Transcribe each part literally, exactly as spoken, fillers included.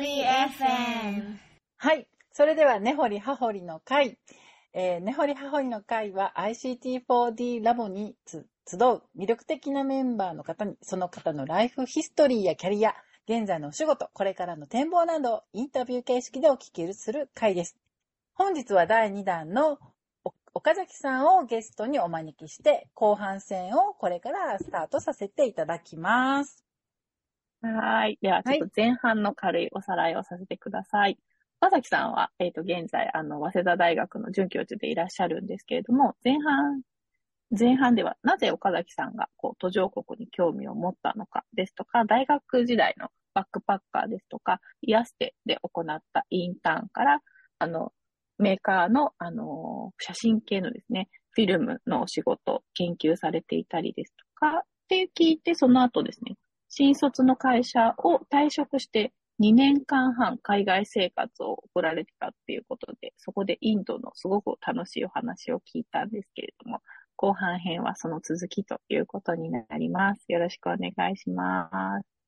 リ エフエム。 はい。それでは、根掘り葉掘りの会。えー、根掘り葉掘りの会は アイシーティーフォーディー ラボにつ集う魅力的なメンバーの方に、その方のライフヒストリーやキャリア、現在のお仕事、これからの展望などをインタビュー形式でお聞きする会です。本日はだいにだんの岡崎さんをゲストにお招きして、後半戦をこれからスタートさせていただきます。 はい。では、ちょっと前半の軽いおさらいをさせてください。岡崎さんは、えっと、現在、あの、早稲田大学の准教授でいらっしゃるんですけれども、前半、前半では、なぜ岡崎さんが、こう、途上国に興味を持ったのかですとか、大学時代のバックパッカーですとか、イヤステで行ったインターンから、あの、メーカーの、あの、写真系のですね、フィルムのお仕事、研究されていたりですとか、って聞いて、その後ですね、新卒の会社を退職してにねんかんはん海外生活を送られてたっていうことで、そこでインドのすごく楽しいお話を聞いたんですけれども、後半編はその続きということになります。よろしくお願いします。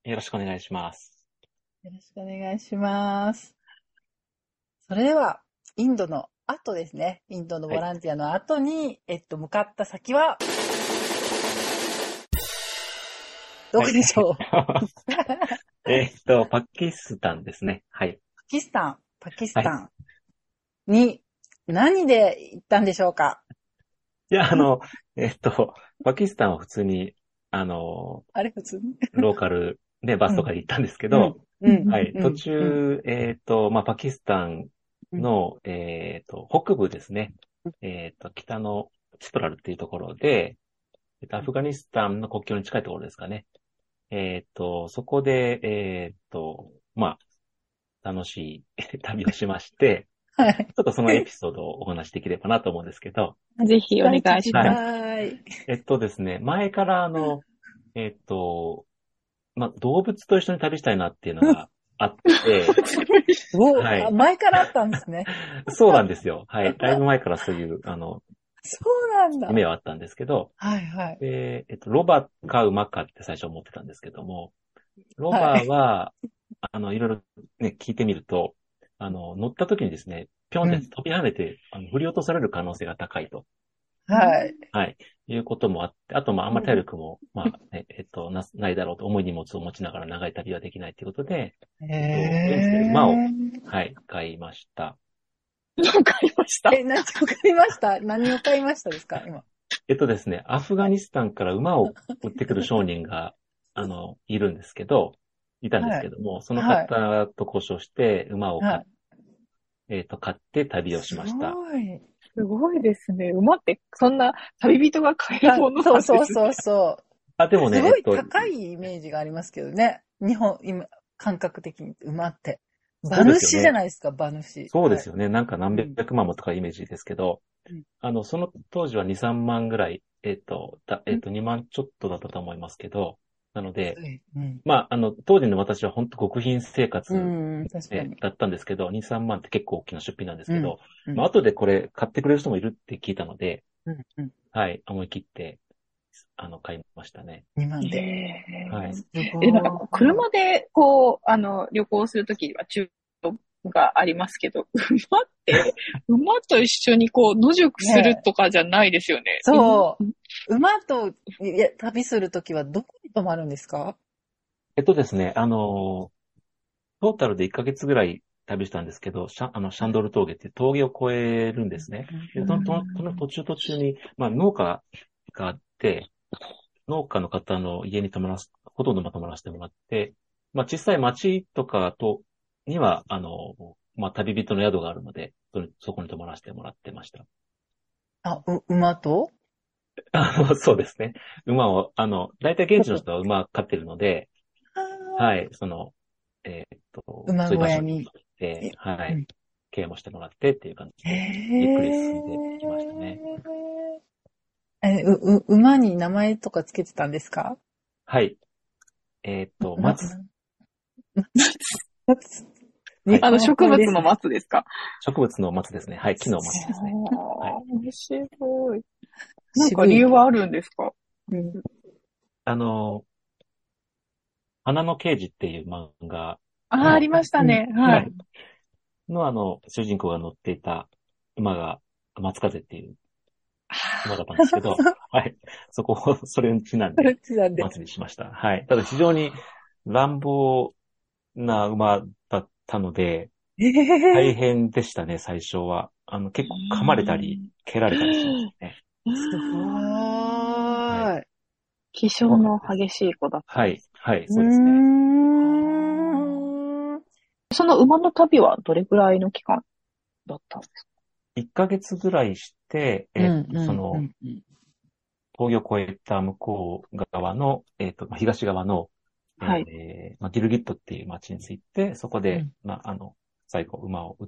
よろしくお願いします。 よろしくお願いします。それでは、インドの後ですね、インドのボランティアの後に、はい、えっと、向かった先は、どこでしょう、 はい、えっと、パキスタンですね。はい。 パキスタン、パキスタンに何で行ったんでしょうか？ いや、あの、えっと、パキスタンは普通に、あの、 あれ普通にローカルでバスとかで行ったんですけど、 うんうん、 はい、途中、うん、えっと、まあ、パキスタンの、 うん、 えっと、北部ですね。えっと、北のチトラルっていうところで、えっと、アフガニスタンの国境に近いところですかね。えっと、そこで、えっと、まあ、楽しい旅をしまして、はい、ちょっとそのエピソードをお話しできればなと思うんですけど。 ぜひお願いします。 はい。 えっとですね、前からあの、えっと、まあ、動物と一緒に旅したいなっていうのがあって、 はい、前からあったんですね。 そうなんですよ。はい。だいぶ前からそういう、あの、 そうなんだ。 夢はあったんですけど、 はいはい。 で、えっと、ロバか馬かって最初思ってたんですけども、ロバは、はい、あの、いろいろね、聞いてみると、あの、乗った時にですね、ぴょんって飛び跳ねて、うん、あの振り落とされる可能性が高いと。 はい。 はい。いうこともあって、あと、まあ、あんまり体力も、うん、まあ、ね、えっとな、ないだろうと、重い荷物を持ちながら長い旅はできないということで、 えっと、馬を、はい、買いました。 買いました。 え、何を買いました何を買いましたですか今。 えっとですね、アフガニスタンから馬を売ってくる商人が、あの、いるんですけど、いたんですけども、はい、その方と交渉して馬を買っ、はい、えっと、買って旅をしました。 すごい。 すごいですね。馬ってそんな旅人が買えるものなんですね。 そうそうそうそう。 あ、でもね、 すごい高いイメージがありますけどね。日本、今、感覚的に馬って。馬主じゃないですか、馬主。 そうですよね。はい、なんか何百万もとかイメージですけど、うん、あの、その当時はに、さんまんぐらい、えっと、えっと、にまんちょっとだったと思いますけど、なので、うん、まあ、あの、当時の私は本当極貧生活、 うんだったんですけど、に、さんまんって結構大きな出費なんですけど、うんうん、まあ、後でこれ買ってくれる人もいるって聞いたので、うんうん、はい、思い切って、あの、買いましたね。 にまんで。 はい。 え、なんか、車で、こう、あの、旅行するときは中がありますけど、馬って、馬と一緒にこう、野宿するとかじゃないですよね。ねそう。馬といや旅するときはどこに泊まるんですか？ えっとですね、あの、トータルでいっかげつぐらい旅したんですけど、シャあのシャンドル峠っていう峠を越えるんですね。でそのその途中途中に、まあ、農家があって、農家の方の家に泊まらす、ほとんど泊まらせてもらって、まあ、小さい町とかと、には、あの、まあ、旅人の宿があるので、そ, そこに泊まらせてもらってました。 あ、う、馬とあの、そうですね。馬を、あの、大体現地の人は馬飼ってるので、はい、その、えー、っと、 馬小屋に。 で、はい、うん、経営もしてもらってっていう感じで、ゆっくり進んできましたね。 え、う、う、馬に名前とかつけてたんですか？ はい。えー、っと、松。 松。 はい、あの、植物の松ですか？ 植物の松ですね。はい、木の松ですね。はい。 面白い。なんか理由はあるんですか？ うん、あの、花の刑事っていう漫画ああ、ありましたね。ははいい。の、あの、主人公が乗っていた馬が、松風っていう馬だったんですけど、はい。そこを、それにちなんで、 それちなんで。 松にしました。はい。ただ非常に乱暴な馬だったので、 え大え変でしたね、最初は。あの、結構噛まれたり、蹴られたりしましたね。 すごはい。 ーい。 気性の激しい子だったはい。 んです。 はい、 うそうですね。 ーん。 その馬の旅はどれぐらいの期間だったんですか？ いっかげつぐらいして、 うん、 えっと、 うん、うその、 んうん。 峠を越えた向こう側の、えっと、まあ東側の、 はい。 えー、まあ、ギルギットっていう町に着いて、そこで、 うんまあ、あの、最後、馬を売って、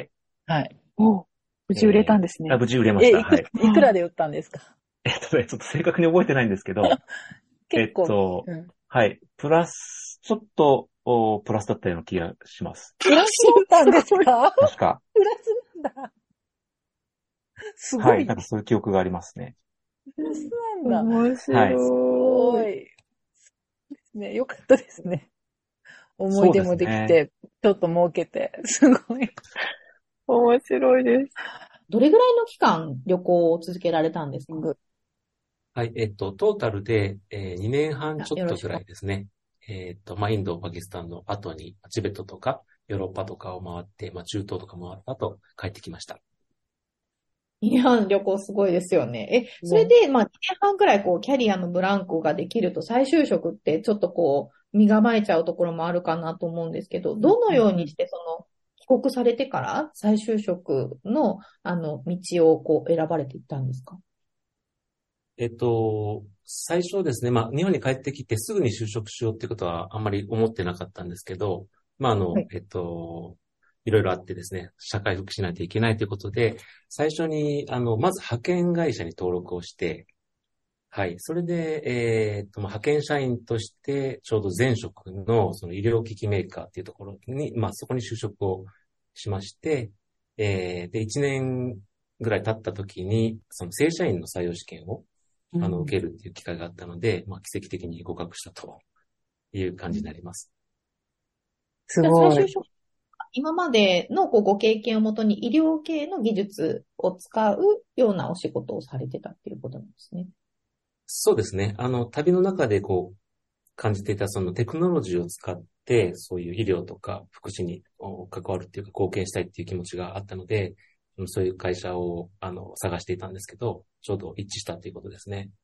はい。 おう、無事売れたんですえー、あ、 ね。 無事売れましえ、 た。 いく、 はい。 いくらで売ったんですか？ えっとね、ちょっと正確に覚えてないんですけど、えっ結構、 と、 うん。 はい。プラス、ちょっと、おプラスだったような気がします。 プラスだったんですか？ 確か。 プラスなんだ。すごはい。 い。 なんかそういう記憶がありますね。 プラスなんだ。 面はい。 すご白い。 い。ね、よかったですね。思いそうで出もすね。 できて、ちょっと儲けて、すごい。 面白いです。 どれぐらいの期間旅行を続けられたんですか？ はい、えっと、トータルで、えー、にねんはんちょっとぐらよろしく。 いですね。えっと、まあ、インド、パキスタンの後に、チベットとか、ヨーロッパとかを回って、まあ、中東とか回った後、帰ってきました。 にねんはん旅行すごいですよね。え、それで、まあ、にねんはんくらいこう、キャリアのブランクができると、再就職ってちょっとこう、身構えちゃうところもあるかなと思うんですけど、どのようにしてその、帰国されてから再就職の、あの、道をこう、選ばれていったんですか？ えっと、最初ですね、まあ、日本に帰ってきてすぐに就職しようっていうことはあんまり思ってなかったんですけど、まあ、あの、 はい。 えっと、いろいろあってですね、社会復帰しないといけないということで、最初に、あの、まず派遣会社に登録をして、はい。それで、えーっと、まあ派遣社員として、ちょうど前職の、その医療機器メーカーっていうところに、まあそこに就職をしまして、えー、で、いちねんぐらい経った時に、その正社員の採用試験を、あの、受けるっていう機会があったので、まあ奇跡的に合格したという感じになります。 じゃあすごい。 再就職、今までのこうご経験をもとに医療系の技術を使うようなお仕事をされてたっていうことなんですね。 そうですね。あの、旅の中でこう、感じていたそのテクノロジーを使って、そういう医療とか福祉にお関わるっていうか貢献したいっていう気持ちがあったので、うんそういう会社をあの探していたんですけど、ちょうど一致したということですね。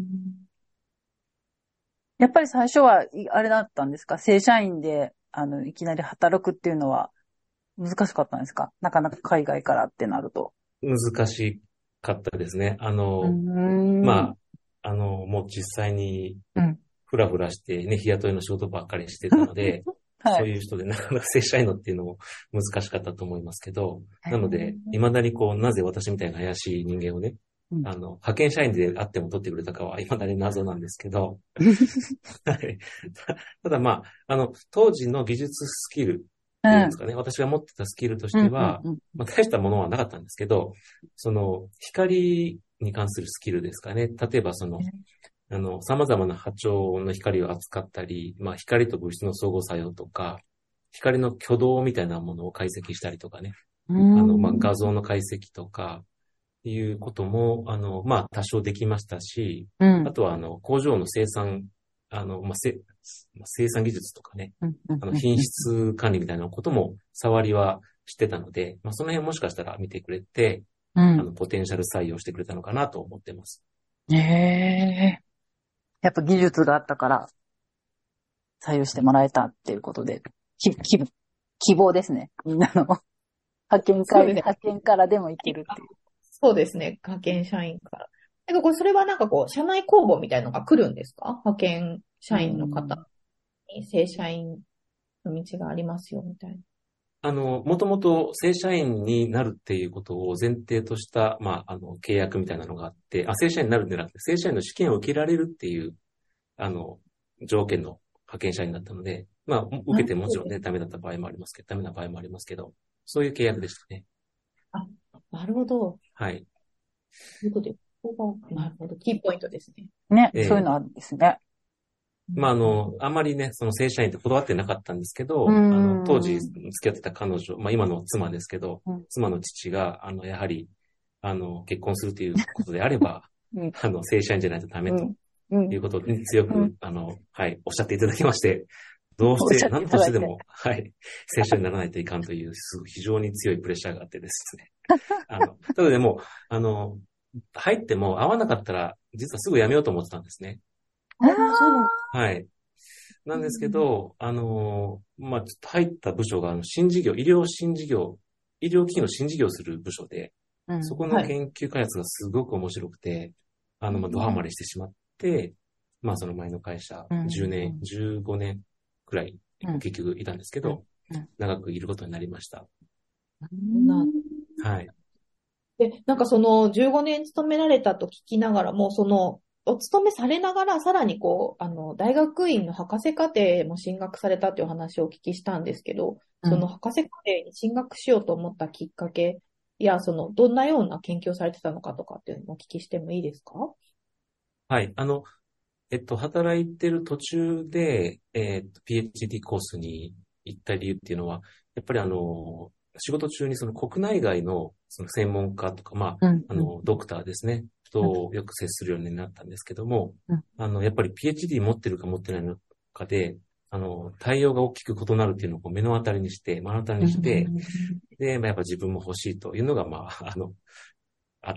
やっぱり最初は、いあれだったんですか？正社員で、あの、いきなり働くっていうのは難しかったんですか？なかなか海外からってなると。 難しかったですね。あうーの、 ん。 まあ、あの、もう実際にうん。 フラフラしてね、日雇いの仕事ばっかりしてたので、 はい。 そういう人でなかなか正社員のっていうのも難しかったと思いますけど、なのへで、 ー未だにこう、なぜ私みたいな怪しい人間をね、 うんあの、派遣社員であっても取ってくれたかは未だに謎なんですけど、はい。ただまあ、あの、当時の技術スキルっていうんですかね、私が持ってたスキルとしては、 うんうんまあ、大したものはなかったんですけど、その、光に関するスキルですかね。例えばその、あの、様々な波長の光を扱ったり、まあ、光と物質の相互作用とか、光の挙動みたいなものを解析したりとかね。 うんあの、まあ、画像の解析とか、いうことも、あの、まあ、多少できましたし、 うんあとは、あの、工場の生産、あの、まあ、せ生産技術とかね、 うんうんあの、品質管理みたいなことも触りはしてたので、まあ、その辺もしかしたら見てくれて、 うあの、 ん。 ポテンシャル採用してくれたのかなと思ってます。 へえ。やっぱ技術があったから採用してもらえたっていうことで、き、き、希望ですね。みんなの。派遣会、 そうですね。 派遣からでもいけるっていう。 そうですね。派遣社員から。なんかこれ、それはなんかこう、社内公募みたいのが来るんですか？派遣社員の方に正社員の道がありますよ、みたいな。 あの、もともと正社員になるっていうことを前提とした、まあ、あの、契約みたいなのがあって、あ、正社員になるんじゃなくて、正社員の試験を受けられるっていう、あの、条件の派遣社員だったので、まあ、受けてもちろんね、ダメだった場合もありますけど、ダメな場合もありますけど、そういう契約でしたね。 あ、なるほど。 はい。 ということで、ここが、なるほど。キーポイントですね。 ね、 ええそういうのあるんですね。 まあ、あの、あまりね、その正社員ってこだわってなかったんですけど、 うあんの、当時付き合ってた彼女、まあ今の妻ですけど、 うん妻の父が、あの、やはり、あの、結婚するということであれば、 うんあの、正社員じゃないとダメとうんいうことに強く、 うんあの、はい、おっしゃっていただきまして、どうして、 おっしゃって何いただいてとしてでも、はい、正社員にならないといかんという、すごい非常に強いプレッシャーがあってですね。あの、ただでも、あの、入っても合わなかったら、実はすぐ辞めようと思ってたんですね。 あそうなんはい。なんですけど、あの、まあ、ちょっと入った部署が、あの、新事業、医療新事業、医療機器の新事業をする部署で、 うんそこの研究開発がすごく面白くて、あの、まあ、ドハマりしてしまって、まあ、その前の会社、 うんじゅうねん、じゅうごねんくらい、 うん結局いたんですけど、 うん長くいることになりました。 なはい。 で、なんかそのじゅうごねん勤められたと聞きながらも、その、お勤めされながら、さらにこう、あの、大学院の博士課程も進学されたというお話をお聞きしたんですけど、 うんその博士課程に進学しようと思ったきっかけや、その、どんなような研究をされてたのかとかっていうのをお聞きしてもいいですか？ はい。あの、えっと、働いてる途中で、えっと、ピーエイチディー コースに行った理由っていうのは、やっぱりあの、仕事中にその国内外のその専門家とか、まあ、 うんあの、ドクターですね、とよく接するようになったんですけども、 うんあの、やっぱり ピーエイチディー 持ってるか持ってないのかで、あの、対応が大きく異なるっていうのをこう目の当たりにして、目の当たりにして、で、まあ、やっぱ自分も欲しいというのが、まあ、あの、あって、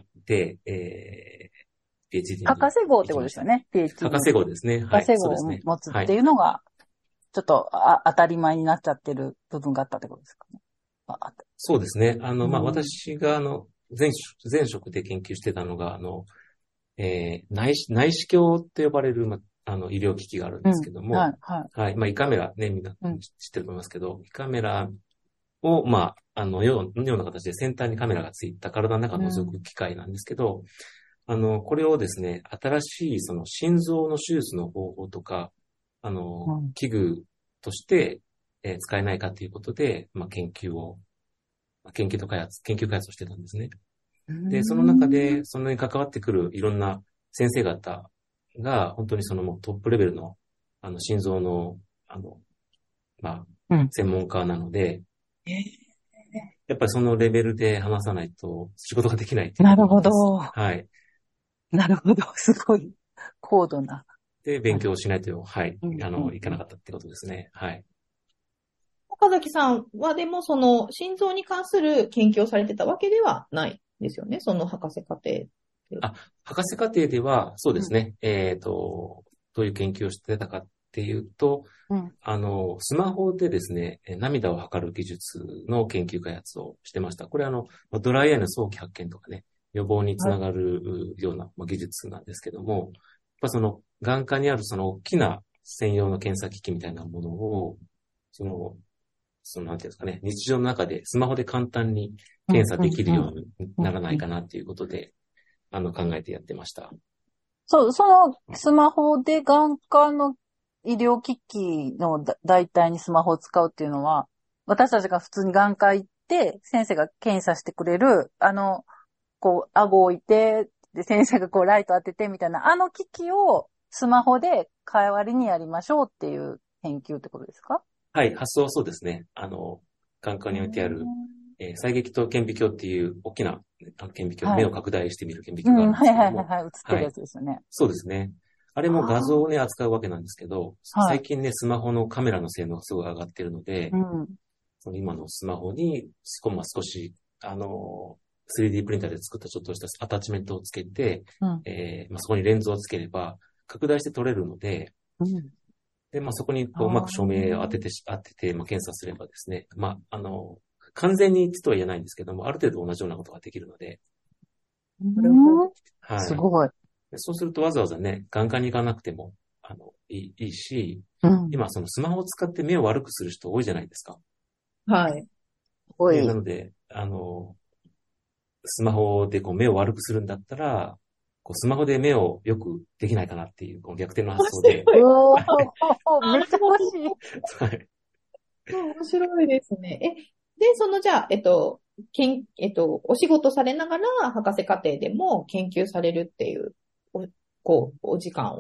えー、ピーエイチディー に博士号ってことですよね。ピーエイチディー博士号ですね。はい。 博士号をそうですね。 持つはいっていうのが、ちょっとあ当たり前になっちゃってる部分があったってことですかね。ああそうですね。あの、まあ、 うん私が、あの、前職、前職で研究してたのが、あの、えー、内視、内視鏡って呼ばれる、まあ、あの、医療機器があるんですけども、 はい、はい。 はい。まあ、胃カメラね、みんなうん知ってると思いますけど、胃カメラを、まあ、あの、ようような形で先端にカメラがついた体の中を覗く機械なんですけど、あの、これをですね、新しいその心臓の手術の方法とか、あの、 うん器具として、えー使えないかということで、まあ、研究を、まあ研究と開発、研究開発をしてたんですね。で、その中で、そのに関わってくるいろんな先生方が、本当にそのもうトップレベルの、あの、心臓の、あの、まあ、 うん専門家なので、やっぱりそのレベルで話さないと仕事ができないっていうなるほど。 はい。 なるほど。すごい高度な。 で、勉強しないと、はいう。んあの、 うんいかなかったってことですね。はい。 岡崎さんはでもその心臓に関する研究をされてたわけではないですよね。その博士課程。 あ、博士課程では、そうですね。えっと、どういう研究をしてたかっていうと、 うん。 あの、スマホでですね、え涙を測る技術の研究開発をしてました。これあの、ドライアイの早期発見とかね、予防につながるようなまあ技術なんですけども、やっぱその、眼科にあるその大きな専用の検査機器みたいなものを、その、その、なんていうんですかね、日常の中でスマホで簡単に検査できるようにならないかなっていうことで、あの、考えてやってました。 そう、そのスマホで眼科の医療機器のだ代替にスマホを使うっていうのは、私たちが普通に眼科行って先生が検査してくれる、あの、こう、顎を置いて、で、先生がこうライト当ててみたいな、あの機器をスマホで代わりにやりましょうっていう研究ってことですか？ はい、発想はそうですね。あの、眼科に置いてある、えー、細撃と顕微鏡っていう大きなあの顕微鏡、 はい目を拡大してみる顕微うん、 鏡があるんはいですけども、 はいはいはい、映ってるやつですよね。 そうですね。あれも画像をね、扱うわけなんですけど、 はい最近ね、スマホのカメラの性能がすごい上がってるので、 うん。 その今のスマホに、少まあ少し、あの、スリーディー プリンターで作ったちょっとしたアタッチメントをつけて、 うん。 えーまあ、そこにレンズをつければ、拡大して撮れるので、 うん。 で、まあ、そこにこううまく照明を当ててし、当てて、まあ、検査すればですね、まあ、あの、完全にとは言えないんですけども、ある程度同じようなことができるので、 なるほど。 はい。 すごい。 でそうするとわざわざね、眼科に行かなくても、あの、いいいいし、 うん。 今そのスマホを使って目を悪くする人多いじゃないですか。 はい。 すごいでな。ので、あの、スマホでこう目を悪くするんだったら、こうスマホで目をよくできないかなっていう、こう逆転の発想で、 おー、めっちゃ欲しい。 はい。 面白いですね。え、で、そのじゃあ、えっと、けん、えっと、お仕事されながら博士課程でも研究されるっていう、おこう、お時間を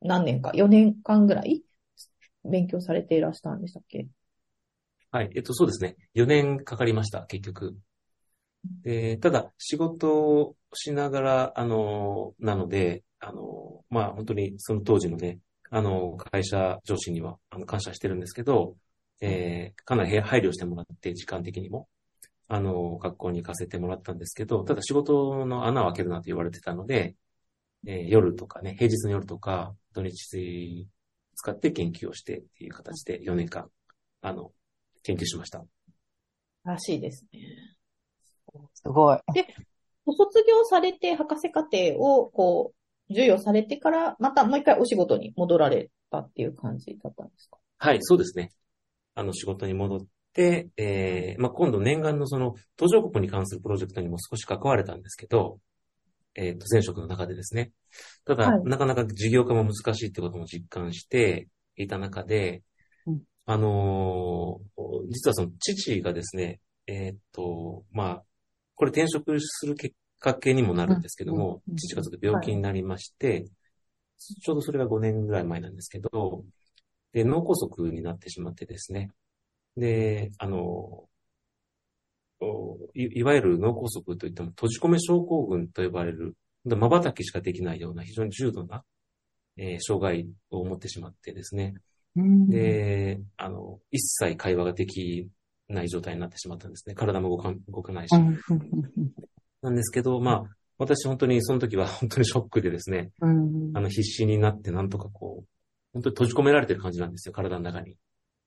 何年か、よねんかんぐらい勉強されていらしたんでしたっけ？ はい。えっと、そうですね。よねんかかりました、結局。で、ただ、仕事をしながら、あの、なので、あの、まあ、本当にその当時のね、あの、会社上司には、あの、感謝してるんですけど、えー、かなり配慮してもらって、時間的にも、あの、学校に行かせてもらったんですけど、ただ仕事の穴を開けるなと言われてたので、えー、夜とかね、平日の夜とか、土日使って研究をしてっていう形でよねんかん、あの、研究しました。 らしいですね。 すごい。 で、ご卒業されて博士課程をこう、授与されてから、またもう一回お仕事に戻られたっていう感じだったんですか？ はい、そうですね。あの、仕事に戻って、えー、まあ、今度念願のその、途上国に関するプロジェクトにも少し関われたんですけど、えっと、前職の中でですね。ただ、 はい、 なかなか事業化も難しいってことも実感していた中で、 うん、 あのー、実はその父がですね、えっと、まあ、これ転職するきっかけにもなるんですけども、 うんうん、 父がちょっと病気になりまして、ちょうどそれがごねんぐらい前なんですけど、で、脳梗塞になってしまってですね。で、あの、い, いわゆる脳梗塞といっても閉じ込め症候群と呼ばれる、瞬きしかできないような非常に重度な、えー、障害を持ってしまってですね。 うん、 で、あの、一切会話ができない状態になってしまったんですね。体も動か、動かないし。 うん、 なんですけど、まあ、私本当にその時は本当にショックでですね、 うん、 あの、必死になってなんとかこう、本当に閉じ込められてる感じなんですよ、体の中に。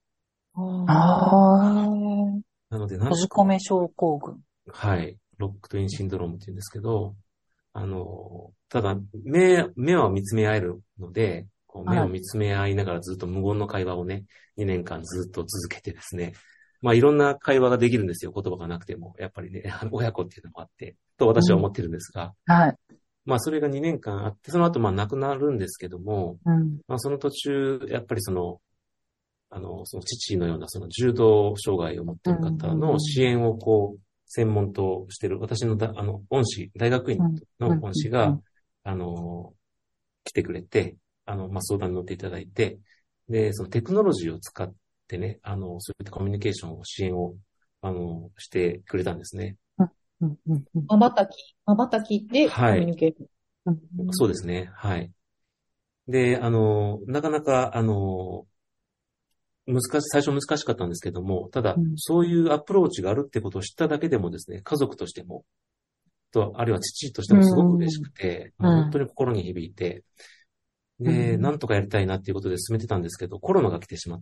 ああ。 なので、なん閉じ込め症候群。 はい。ロックトインシンドロームって言うんですけど、あの、ただ、目、目は見つめ合えるので、こう目を見つめ合いながらずっと無言の会話をね、にねんかんずっと続けてですね、まあいろんな会話ができるんですよ、言葉がなくても。やっぱりね、親子っていうのもあって、と私は思ってるんですが、 うん、はい。 まあそれがにねんかんあって、その後まあ亡くなるんですけども、 うん、 まあその途中、やっぱりその、あの、その父のようなその重度障害を持っている方の支援をこう、専門としている、私のだ、あの、恩師、大学院の恩師が、あの、来てくれて、あの、まあ、相談に乗っていただいて、で、そのテクノロジーを使ってね、あの、そういったコミュニケーションを支援を、あの、してくれたんですね。 まばたき、まばたきでコミュニケーション。 はい。そうですね。はい。で、あの、なかなか、あの、難し、最初難しかったんですけども、ただ、そういうアプローチがあるってことを知っただけでもですね、家族としても、と、あるいは父としてもすごく嬉しくて、 うん、 本当に心に響いて、で、なんとかやりたいなっていうことで進めてたんですけど、コロナが来てしまって、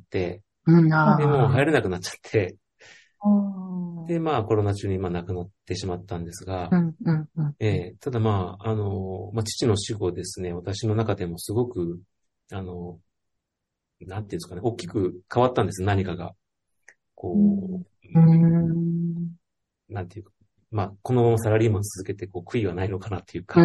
で、もう入れなくなっちゃって、で、まあコロナ中にまあ亡くなってしまったんですが、えー、ただまあ、あの、まあ父の死後ですね、私の中でもすごく、あの、なんていうんですかね、大きく変わったんです、何かが。こう、うん、なんていうか、まあ、このままサラリーマン続けて、こう、悔いはないのかなっていうか、うん、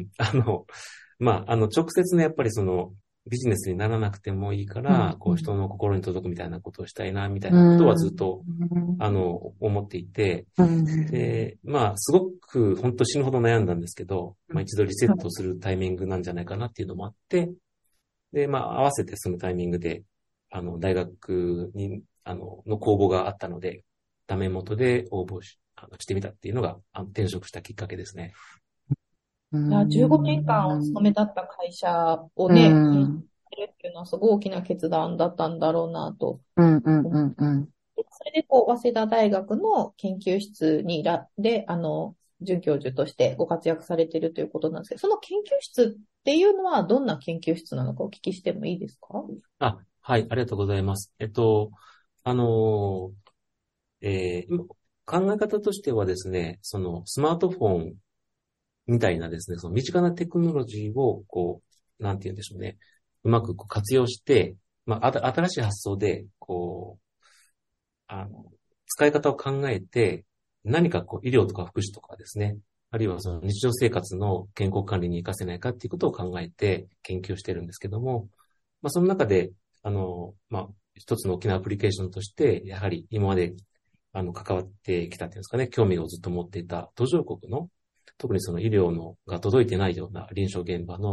あの、まあ、あの、直接ね、やっぱりその、ビジネスにならなくてもいいから、うん、こう、人の心に届くみたいなことをしたいな、みたいなことはずっと、うん、あの、思っていて、うん、で、まあ、すごく、本当死ぬほど悩んだんですけど、まあ、一度リセットするタイミングなんじゃないかなっていうのもあって、で、まあ、合わせてそのタイミングで、あの、大学に、あの、の公募があったので、ダメ元で応募し、あのしてみたっていうのが、あの転職したきっかけですね。 いや、じゅうごねんかんお勤めだった会社をね、転職するっていうのはすごい大きな決断だったんだろうなと。 うんうんうんうん。 それで、こう、早稲田大学の研究室にいら、で、あの、准教授としてご活躍されているということなんですけど、その研究室っていうのはどんな研究室なのかお聞きしてもいいですか？ あ、はい、ありがとうございます。えっと、あの、えー、考え方としてはですね、そのスマートフォンみたいなですね、その身近なテクノロジーを、こう、なんて言うんでしょうね、うまくこう活用して、まあ、あ新しい発想で、こう、あの、使い方を考えて、何かこう医療とか福祉とかですね、あるいはその日常生活の健康管理に活かせないかっていうことを考えて研究してるんですけども、まあその中で、あの、まあ一つの大きなアプリケーションとして、やはり今まであの関わってきたっていうんですかね、興味をずっと持っていた途上国の、特にその医療のが届いてないような臨床現場の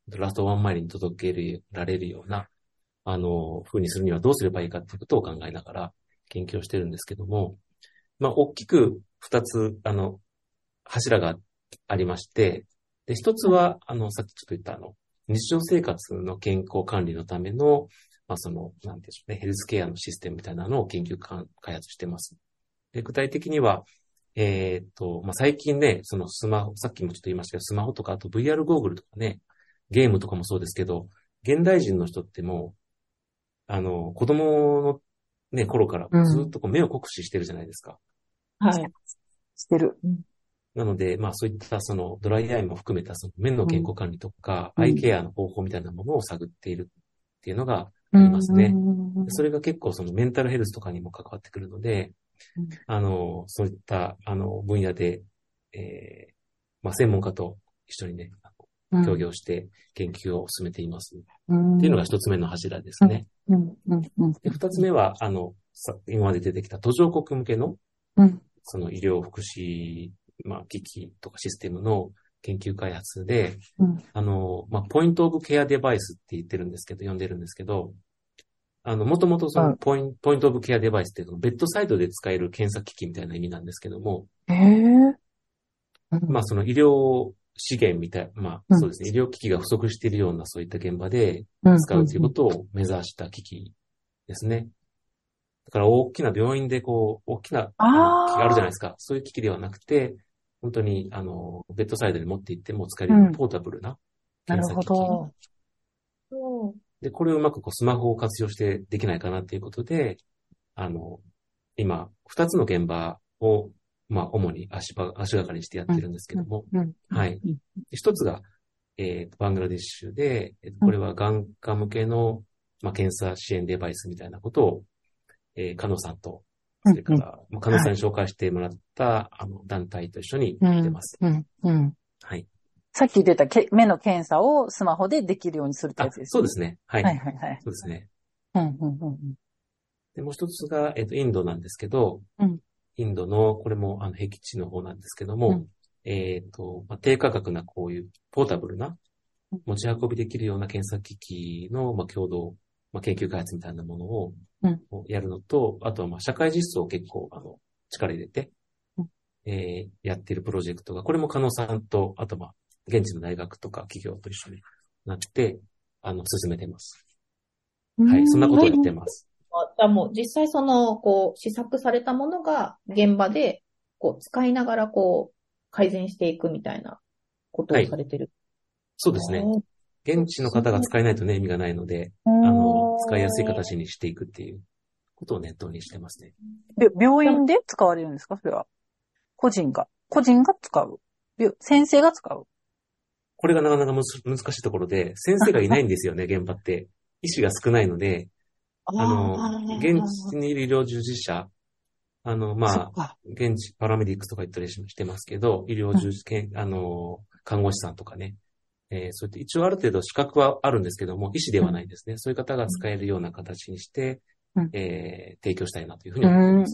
ラストワンマイルに届けられるような、あの、風にするにはどうすればいいかっていうことを考えながら研究をしてるんですけども、まあ、大きく二つ、あの、柱がありまして、で、一つは、あの、さっきちょっと言ったあの、日常生活の健康管理のための、まあ、その、なんでしょうね、ヘルスケアのシステムみたいなのを研究開発してます。で、具体的には、えーっと、まあ、最近ね、そのスマホ、さっきもちょっと言いましたけど、スマホとか、あと ブイアール ゴーグルとかね、ゲームとかもそうですけど、現代人の人ってもう、あの、子供のね、頃からずっとこう目を酷使してるじゃないですか。 はい。 してる。 なので、まあそういったそのドライアイも含めたその目の健康管理とか、アイケアの方法みたいなものを探っているっていうのがありますね。それが結構そのメンタルヘルスとかにも関わってくるので、あの、そういったあの分野で、えー、まあ専門家と一緒にね、協業して研究を進めています。っていうのが一つ目の柱ですね。で、二つ目は、あの、さ今まで出てきた途上国向けの、その医療福祉、まあ、機器とかシステムの研究開発で、あの、まあ、ポイントオブケアデバイスって言ってるんですけど、呼んでるんですけど、あの、もともとそのポイント、ポイントオブケアデバイスっていうのベッドサイドで使える検査機器みたいな意味なんですけども、 へーまあ、その医療資源みたい、まあ、そうですね、医療機器が不足しているようなそういった現場で使うということを目指した機器ですね。だから大きな病院でこう、大きなあの機器があるじゃないですか。そういう機器ではなくて、本当に、あの、ベッドサイドに持って行っても使えるようなポータブルな検査機器。 なるほど。 で、これをうまくこうスマホを活用してできないかなっていうことで、あの、今、二つの現場を、まあ、主に足場、足がかりにしてやってるんですけども、はい。一つが、えー、バングラディッシュで、えー、これは眼科向けの、まあ、検査支援デバイスみたいなことを、えー、加納さんと、それから、うんうん、加納さんに紹介してもらった、はい、あの、団体と一緒にやってます。 うんうんうん、 はい。 さっき言ってたけ目の検査をスマホでできるようにするってやつですね。 そうですね。はい。 はいはいはい。 そうですね。 うんうんうんうん、 で、もう一つが、えっと、インドなんですけど、うん、インドの、これも、あの、僻地の方なんですけども、うん、えっと、まあ、低価格なこういうポータブルな、持ち運びできるような検査機器の、まあ、共同、まあ、研究開発みたいなものを、うん、やるのと、あとは、まあ、社会実装を結構、あの、力入れて、うん、えー、やってるプロジェクトが、これも加納さんと、あと、まあ、現地の大学とか企業と一緒になって、あの、進めてます。はい、そんなことをやってます。 じゃあもう実際その、こう、試作されたものが現場で、こう、使いながら、こう、改善していくみたいなことをされてる。はい、 そうですね。現地の方が使えないとね、意味がないので、あの、使いやすい形にしていくっていうことを念頭にしてますね。 で、病院で使われるんですか、それは。個人が。個人が使う。先生が使う。 これがなかなかむす難しいところで、先生がいないんですよね、現場って。医師が少ないので、あの、現地にいる医療従事者、あの、まあ、現地パラメディックスとか言ったりしてますけど、医療従事者、うん、あの、看護師さんとかね、えー、そういった一応ある程度資格はあるんですけども、医師ではないんですね。うん、そういう方が使えるような形にして、うん、えー、提供したいなというふうに思っています。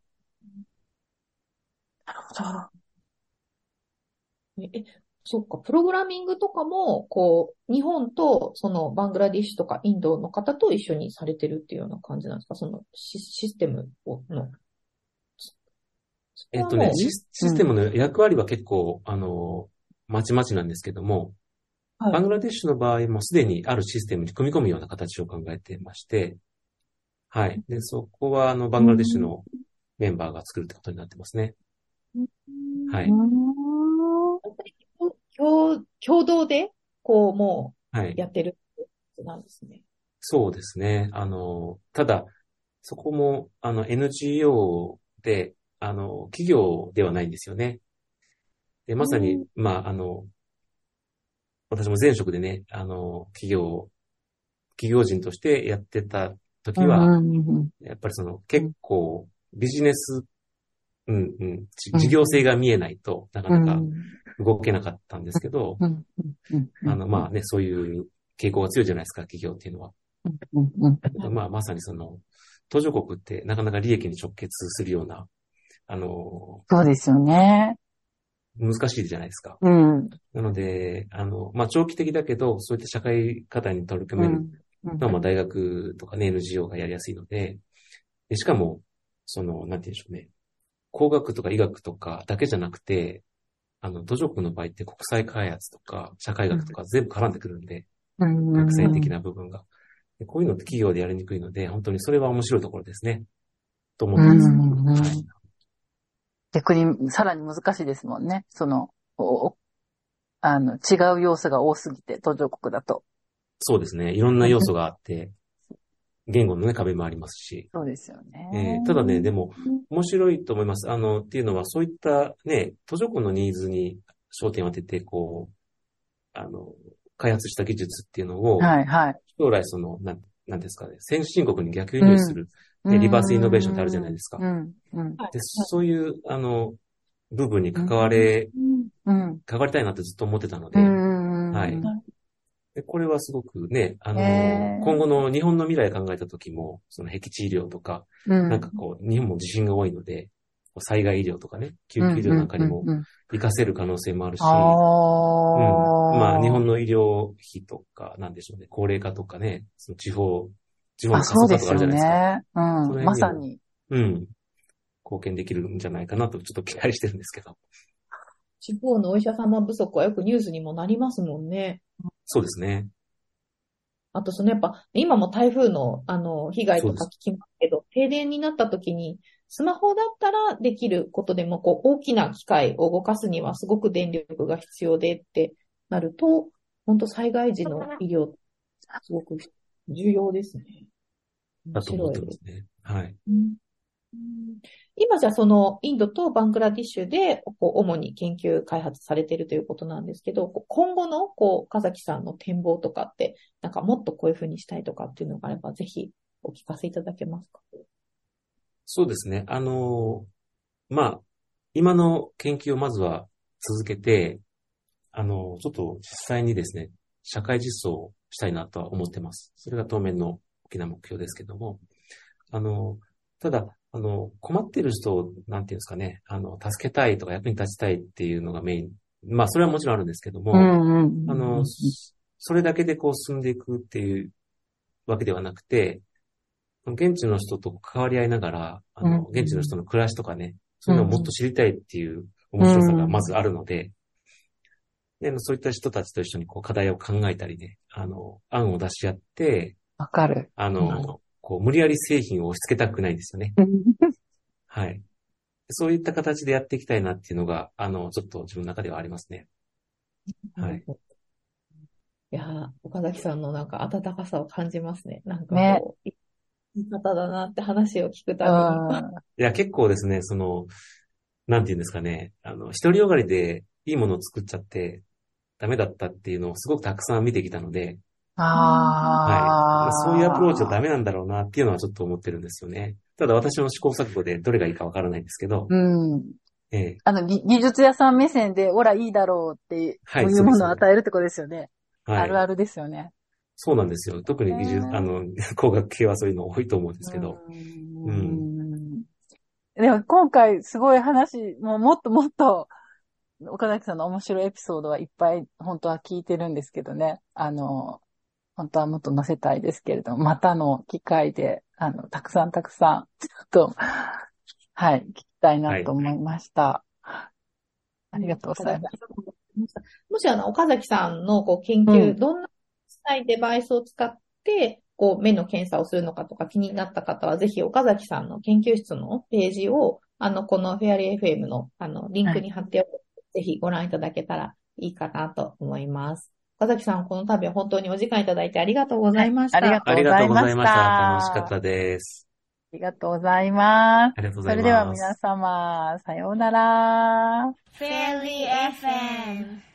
なるほど。 え、そっか、プログラミングとかも、こう、日本と、その、バングラディッシュとかインドの方と一緒にされてるっていうような感じなんですか、そのシ、システムをの。 えっとね、シス、システムの役割は結構、あの、まちまちなんですけども、はい、バングラディッシュの場合もすでにあるシステムに組み込むような形を考えてまして、はい。で、そこは、あの、バングラディッシュのメンバーが作るってことになってますね。はい。 共, 共同で、こう、もう、やってるってなんですね、はい。 そうですね。あの、ただ、そこも、あの、エヌジーオー で、あの、企業ではないんですよね。で、まさに、まあ、あの、私も前職でね、あの、企業、企業人としてやってた時は、やっぱりその、結構、ビジネス、うんうん、事業性が見えないとなかなか動けなかったんですけど、あの、まあね、そういう傾向が強いじゃないですか、企業っていうのは。まあ、まさにその、途上国ってなかなか利益に直結するような、あの、 そうですよね。 難しいじゃないですか。 うん。 なので、あの、まあ、長期的だけど、そういった社会課題に取り組めるのは、まあ、大学とかね、エヌジーオー がやりやすいので、でしかも、その、なんて言うんでしょうね。工学とか医学とかだけじゃなくて、あの、途上国の場合って国際開発とか社会学とか全部絡んでくるんで、 うん学生的な部分が。でこういうのって企業でやりにくいので、本当にそれは面白いところですね。と思ってます。 うんはい、 逆にさらに難しいですもんね。その、おあの、違う要素が多すぎて、途上国だと。 そうですね。いろんな要素があって、言語のね、壁もありますし。 そうですよね。 えー、ただね、でも、面白いと思います。あの、っていうのは、そういったね、途上国のニーズに焦点を当てて、こう、あの、開発した技術っていうのを、 はいはい。 将来その、なん、なんですかね、先進国に逆輸入する、 うんね、リバースイノベーションってあるじゃないですか。 うんうん、 で、そういう、あの、部分に関われ、 うん、 関わりたいなってずっと思ってたので、 うんはい。で、これはすごくね、あの、 へー今後の日本の未来考えた時も、その僻地医療とか、 うん、 なんかこう、日本も地震が多いので、災害医療とかね、救急医療なんかにも活かせる可能性もあるし、うん、まあ、日本の医療費とか、なんでしょうね、高齢化とかね、その地方、地方の過疎化とかあるじゃないですか。 ね、うん、まさに。 うん。貢献できるんじゃないかなと、ちょっと期待してるんですけど。 地方のお医者様不足はよくニュースにもなりますもんね。 そうですね。 あとそのやっぱ、今も台風のあの、被害とか聞きますけど、停電になった時に、スマホだったらできることでも、こう、大きな機械を動かすにはすごく電力が必要でってなると、本当災害時の医療、すごく重要ですね。 だと思ってますね。はい。 うん今じゃそのインドとバングラディッシュでこう主に研究開発されているということなんですけど、今後のこう岡崎さんの展望とかって、なんかもっとこういうふうにしたいとかっていうのがあれば、ぜひお聞かせいただけますか？ そうですね。あの、まあ、今の研究をまずは続けて、あの、ちょっと実際にですね、社会実装をしたいなとは思ってます。それが当面の大きな目標ですけども、あの、ただ、あの、困っている人を、なんていうんですかね、あの、助けたいとか役に立ちたいっていうのがメイン。まあ、それはもちろんあるんですけども、 うんうん、 あの、それだけでこう進んでいくっていうわけではなくて、現地の人と関わり合いながら、あの、現地の人の暮らしとかね、そういうのをもっと知りたいっていう面白さがまずあるので、でそういった人たちと一緒にこう課題を考えたりね、あの、案を出し合って、 わかる。 あの、こう、無理やり製品を押し付けたくないんですよね。はい。そういった形でやっていきたいなっていうのが、あの、ちょっと自分の中ではありますね。はい。 いやー、岡崎さんのなんか温かさを感じますね。なんかこう、 ね、 いい方だなって話を聞くたびに。 いや、結構ですね、その、なんていうんですかね、あの、一人よがりでいいものを作っちゃってダメだったっていうのをすごくたくさん見てきたので、 ああ、 はい。そういうアプローチはダメなんだろうなっていうのはちょっと思ってるんですよね。ただ私の試行錯誤でどれがいいかわからないんですけど。 うん。 ええ。 あの、技術屋さん目線で、おら、いいだろうって、はい、そういうものを与えるってことですよね。はい。あるあるですよね。 そうなんですよ。特に技術、あの、工学系はそういうの多いと思うんですけど。 うん。うんでも今回すごい話、もうもっともっと、岡崎さんの面白いエピソードはいっぱい本当は聞いてるんですけどね。あの、本当はもっと載せたいですけれども、またの機会で、あの、たくさんたくさん、ちょっと、はい、聞きたいなと思いました。はい、ありがとうございます。 もしあの、岡崎さんのこう研究、うん、どんなデバイスを使って、こう、目の検査をするのかとか気になった方は、ぜひ岡崎さんの研究室のページを、あの、このフェアリー エフエム の、あの、リンクに貼っておく、はい、ぜひご覧いただけたらいいかなと思います。岡崎さん、この度は本当にお時間いただいてありがとうございました。 ありがとうございました。 ありがとうございました。楽しかったです。 ありがとうございます。 ありがとうございます。 それでは皆様、さようなら。 フェアリー エフエム